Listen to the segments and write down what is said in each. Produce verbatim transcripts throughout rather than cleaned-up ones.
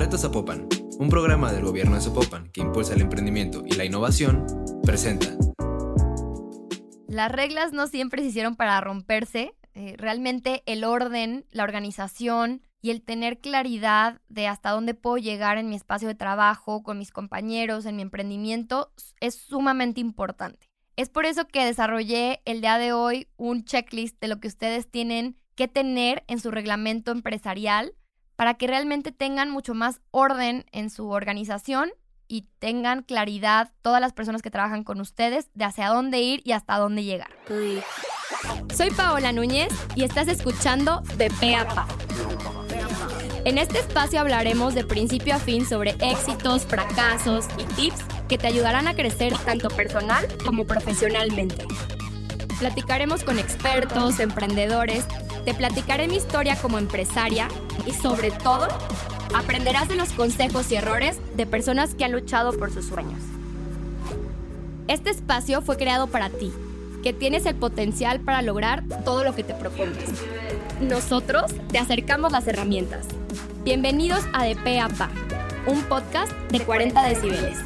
Reto Zapopan, un programa del gobierno de Zapopan que impulsa el emprendimiento y la innovación, presenta. Las reglas no siempre se hicieron para romperse. Eh, realmente el orden, la organización y el tener claridad de hasta dónde puedo llegar en mi espacio de trabajo, con mis compañeros, en mi emprendimiento, es sumamente importante. Es por eso que desarrollé el día de hoy un checklist de lo que ustedes tienen que tener en su reglamento empresarial para que realmente tengan mucho más orden en su organización y tengan claridad todas las personas que trabajan con ustedes de hacia dónde ir y hasta dónde llegar. Soy Paola Núñez y estás escuchando De Pe a Pa. En este espacio hablaremos de principio a fin sobre éxitos, fracasos y tips que te ayudarán a crecer tanto personal como profesionalmente. Platicaremos con expertos, emprendedores, te platicaré mi historia como empresaria y sobre todo, aprenderás de los consejos y errores de personas que han luchado por sus sueños. Este espacio fue creado para ti, que tienes el potencial para lograr todo lo que te propongas. Nosotros te acercamos las herramientas. Bienvenidos a De Pe a Pa, un podcast de cuarenta decibeles.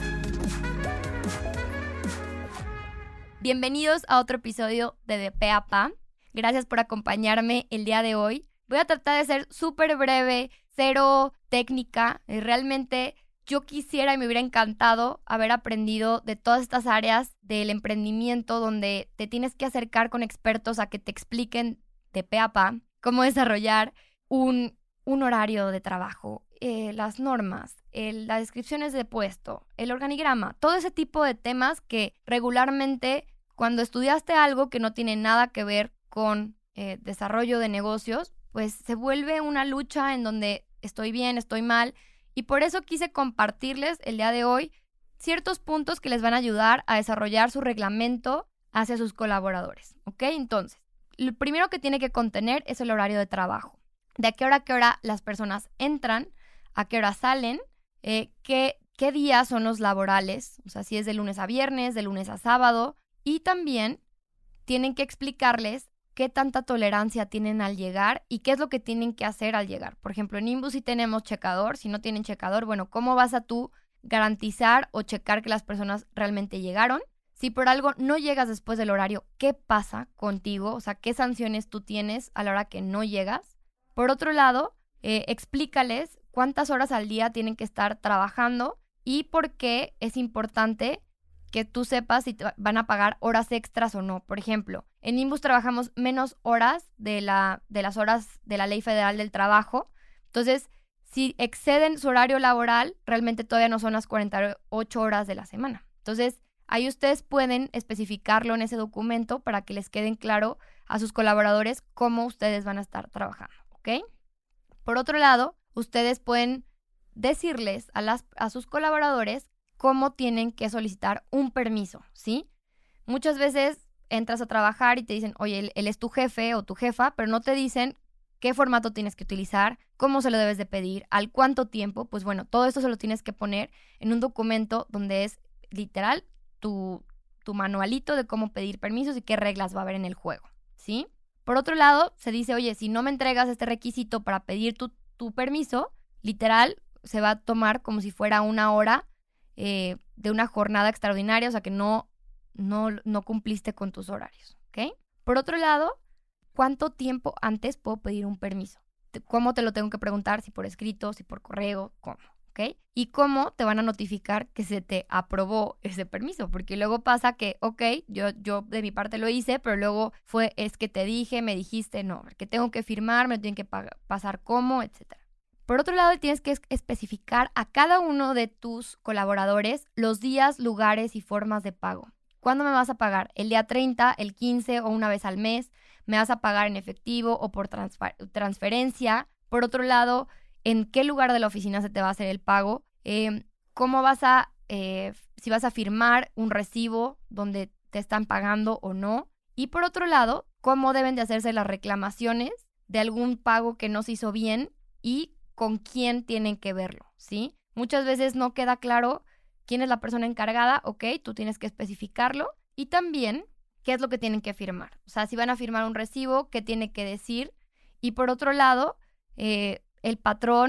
Bienvenidos a otro episodio de De Pe a Pa. Gracias por acompañarme el día de hoy. Voy a tratar de ser súper breve, cero técnica. Realmente yo quisiera y me hubiera encantado haber aprendido de todas estas áreas del emprendimiento donde te tienes que acercar con expertos a que te expliquen de pe a pa cómo desarrollar un, un horario de trabajo, eh, las normas, el, las descripciones de puesto, el organigrama, todo ese tipo de temas que regularmente cuando estudiaste algo que no tiene nada que ver con eh, desarrollo de negocios, pues se vuelve una lucha en donde estoy bien, estoy mal, y por eso quise compartirles el día de hoy ciertos puntos que les van a ayudar a desarrollar su reglamento hacia sus colaboradores, ¿ok? Entonces, lo primero que tiene que contener es el horario de trabajo. De a qué hora a qué hora las personas entran, a qué hora salen, eh, qué, qué días son los laborales, o sea, si es de lunes a viernes, de lunes a sábado, y también tienen que explicarles qué tanta tolerancia tienen al llegar y qué es lo que tienen que hacer al llegar. Por ejemplo, en Nimbus sí tenemos checador, si no tienen checador, bueno, ¿cómo vas a tú garantizar o checar que las personas realmente llegaron? Si por algo no llegas después del horario, ¿qué pasa contigo? O sea, ¿qué sanciones tú tienes a la hora que no llegas? Por otro lado, eh, explícales cuántas horas al día tienen que estar trabajando y por qué es importante que tú sepas si te van a pagar horas extras o no. Por ejemplo, en Nimbus trabajamos menos horas de, la, de las horas de la Ley Federal del Trabajo. Entonces, si exceden su horario laboral, realmente todavía no son las cuarenta y ocho horas de la semana. Entonces, ahí ustedes pueden especificarlo en ese documento para que les queden claro a sus colaboradores cómo ustedes van a estar trabajando, ¿ok? Por otro lado, ustedes pueden decirles a, las, a sus colaboradores cómo tienen que solicitar un permiso, ¿sí? Muchas veces entras a trabajar y te dicen, oye, él, él es tu jefe o tu jefa, pero no te dicen qué formato tienes que utilizar, cómo se lo debes de pedir, al cuánto tiempo. Pues bueno, todo esto se lo tienes que poner en un documento donde es literal tu, tu manualito de cómo pedir permisos y qué reglas va a haber en el juego, ¿sí? Por otro lado, se dice, oye, si no me entregas este requisito para pedir tu, tu permiso, literal, se va a tomar como si fuera una hora Eh, de una jornada extraordinaria, o sea que no, no, no cumpliste con tus horarios, ¿ok? Por otro lado, ¿cuánto tiempo antes puedo pedir un permiso? ¿Cómo te lo tengo que preguntar? Si por escrito, si por correo, ¿cómo? ¿Ok? Y cómo te van a notificar que se te aprobó ese permiso, porque luego pasa que, ok, yo, yo de mi parte lo hice, pero luego fue, es que te dije, me dijiste, no, que tengo que firmar, me tienen que pa- pasar cómo, etcétera. Por otro lado, tienes que especificar a cada uno de tus colaboradores los días, lugares y formas de pago. ¿Cuándo me vas a pagar? ¿El día treinta, el quince o una vez al mes? ¿Me vas a pagar en efectivo o por transfer- transferencia? Por otro lado, ¿en qué lugar de la oficina se te va a hacer el pago? Eh, ¿Cómo vas a, eh, si vas a firmar un recibo donde te están pagando o no? Y por otro lado, ¿cómo deben de hacerse las reclamaciones de algún pago que no se hizo bien y con quién tienen que verlo, ¿sí? Muchas veces no queda claro quién es la persona encargada, ok, tú tienes que especificarlo. Y también, ¿qué es lo que tienen que firmar? O sea, si van a firmar un recibo, ¿qué tiene que decir? Y por otro lado, eh, el patrón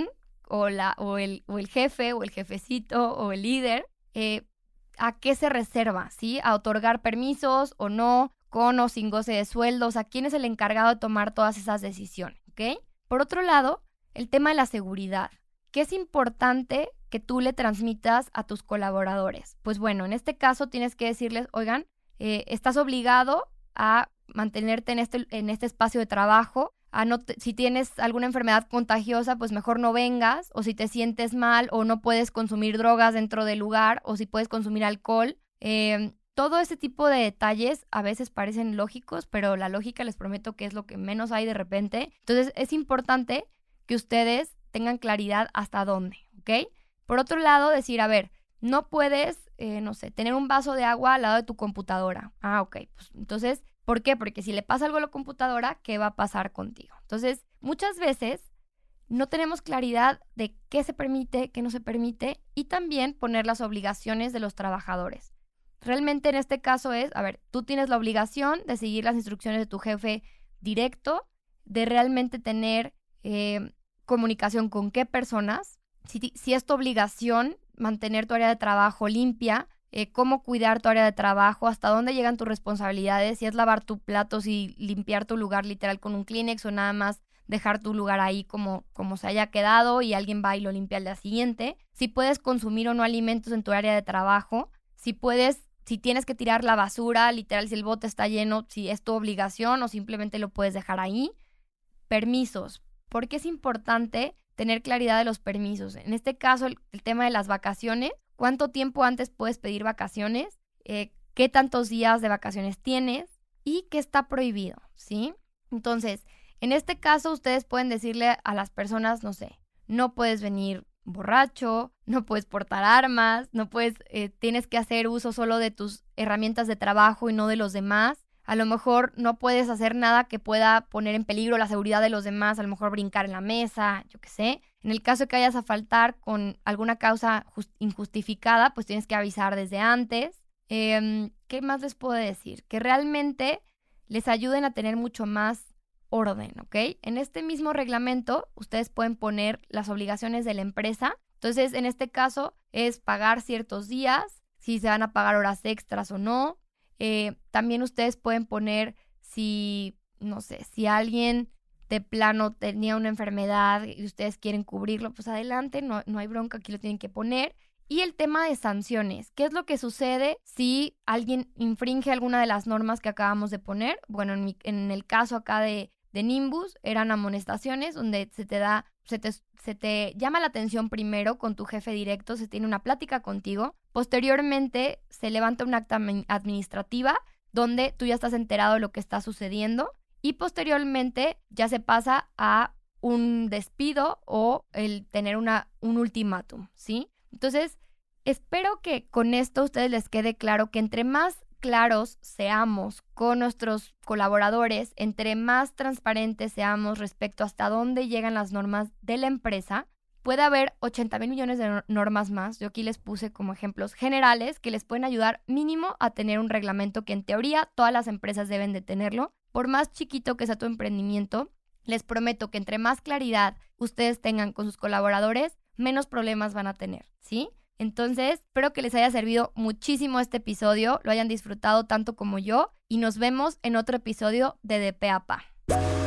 o, la, o, el, o el jefe o el jefecito o el líder, eh, ¿a qué se reserva? ¿Sí? ¿A otorgar permisos o no? ¿Con o sin goce de sueldos? ¿A quién es el encargado de tomar todas esas decisiones? ¿Ok? Por otro lado, el tema de la seguridad. ¿Qué es importante que tú le transmitas a tus colaboradores? Pues bueno, en este caso tienes que decirles, oigan, eh, estás obligado a mantenerte en este, en este espacio de trabajo. A no te, si tienes alguna enfermedad contagiosa, pues mejor no vengas, o si te sientes mal o no puedes consumir drogas dentro del lugar, o si puedes consumir alcohol. Eh, todo ese tipo de detalles a veces parecen lógicos, pero la lógica les prometo que es lo que menos hay de repente. Entonces es importante que ustedes tengan claridad hasta dónde, ¿ok? Por otro lado, decir, a ver, no puedes, eh, no sé, tener un vaso de agua al lado de tu computadora. Ah, ok, pues entonces, ¿por qué? Porque si le pasa algo a la computadora, ¿qué va a pasar contigo? Entonces, muchas veces no tenemos claridad de qué se permite, qué no se permite, y también poner las obligaciones de los trabajadores. Realmente en este caso es, a ver, tú tienes la obligación de seguir las instrucciones de tu jefe directo, de realmente tener eh, comunicación con qué personas, si, si es tu obligación mantener tu área de trabajo limpia, eh, cómo cuidar tu área de trabajo, hasta dónde llegan tus responsabilidades, si es lavar tus platos y limpiar tu lugar literal con un Kleenex o nada más dejar tu lugar ahí como, como se haya quedado y alguien va y lo limpia al día siguiente, si puedes consumir o no alimentos en tu área de trabajo, si puedes, si tienes que tirar la basura, literal, si el bote está lleno, si es tu obligación o simplemente lo puedes dejar ahí. Permisos. ¿Por qué es importante tener claridad de los permisos? En este caso, el, el tema de las vacaciones. ¿Cuánto tiempo antes puedes pedir vacaciones? Eh, ¿Qué tantos días de vacaciones tienes? ¿Y qué está prohibido? ¿Sí? Entonces, en este caso, ustedes pueden decirle a las personas, no sé, no puedes venir borracho, no puedes portar armas, no puedes, eh, tienes que hacer uso solo de tus herramientas de trabajo y no de los demás. A lo mejor no puedes hacer nada que pueda poner en peligro la seguridad de los demás, a lo mejor brincar en la mesa, yo qué sé. En el caso de que vayas a faltar con alguna causa just- injustificada, pues tienes que avisar desde antes. Eh, ¿Qué más les puedo decir? Que realmente les ayuden a tener mucho más orden, ¿ok? En este mismo reglamento, ustedes pueden poner las obligaciones de la empresa. Entonces, en este caso, es pagar ciertos días, si se van a pagar horas extras o no. Eh, también ustedes pueden poner si, no sé, si alguien de plano tenía una enfermedad y ustedes quieren cubrirlo, pues adelante, no, no hay bronca, aquí lo tienen que poner. Y el tema de sanciones, ¿qué es lo que sucede si alguien infringe alguna de las normas que acabamos de poner? Bueno, en, mi, en el caso acá de, de Nimbus eran amonestaciones donde se te da, se te, se te llama la atención primero con tu jefe directo, se tiene una plática contigo. Posteriormente se levanta una acta administrativa donde tú ya estás enterado de lo que está sucediendo y posteriormente ya se pasa a un despido o el tener una, un ultimátum, ¿sí? Entonces, espero que con esto a ustedes les quede claro que entre más claros seamos con nuestros colaboradores, entre más transparentes seamos respecto hasta dónde llegan las normas de la empresa, puede haber ochenta mil millones de normas más. Yo aquí les puse como ejemplos generales que les pueden ayudar mínimo a tener un reglamento que en teoría todas las empresas deben de tenerlo. Por más chiquito que sea tu emprendimiento, les prometo que entre más claridad ustedes tengan con sus colaboradores, menos problemas van a tener, ¿sí? Entonces, espero que les haya servido muchísimo este episodio, lo hayan disfrutado tanto como yo y nos vemos en otro episodio de De Pe a Pa.